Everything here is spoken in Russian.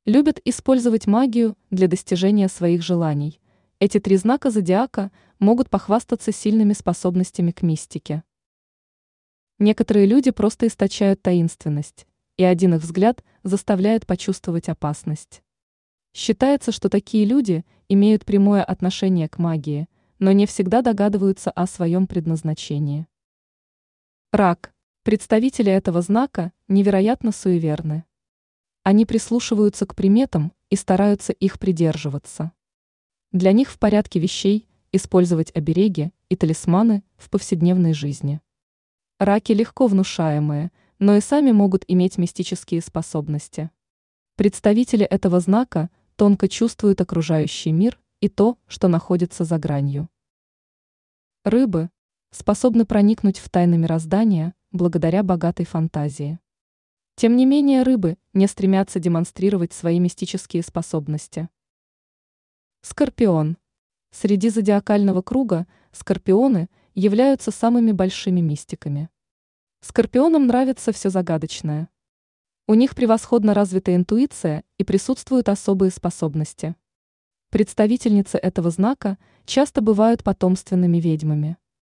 Любят использовать магию для достижения своих желаний. Эти три знака зодиака могут похвастаться сильными способностями к мистике. Некоторые люди просто источают таинственность, и один их взгляд заставляет почувствовать опасность. Считается, что такие люди имеют прямое отношение к магии, но не всегда догадываются о своем предназначении. Рак. Представители этого знака невероятно суеверны. Они прислушиваются к приметам и стараются их придерживаться. Для них в порядке вещей использовать обереги и талисманы в повседневной жизни. Раки легко внушаемые, но и сами могут иметь мистические способности. Представители этого знака тонко чувствуют окружающий мир и то, что находится за гранью. Рыбы способны проникнуть в тайны мироздания благодаря богатой фантазии. Тем не менее, рыбы не стремятся демонстрировать свои мистические способности. Скорпион. Среди зодиакального круга скорпионы являются самыми большими мистиками. Скорпионам нравится все загадочное. У них превосходно развита интуиция и присутствуют особые способности. Представительницы этого знака часто бывают потомственными ведьмами.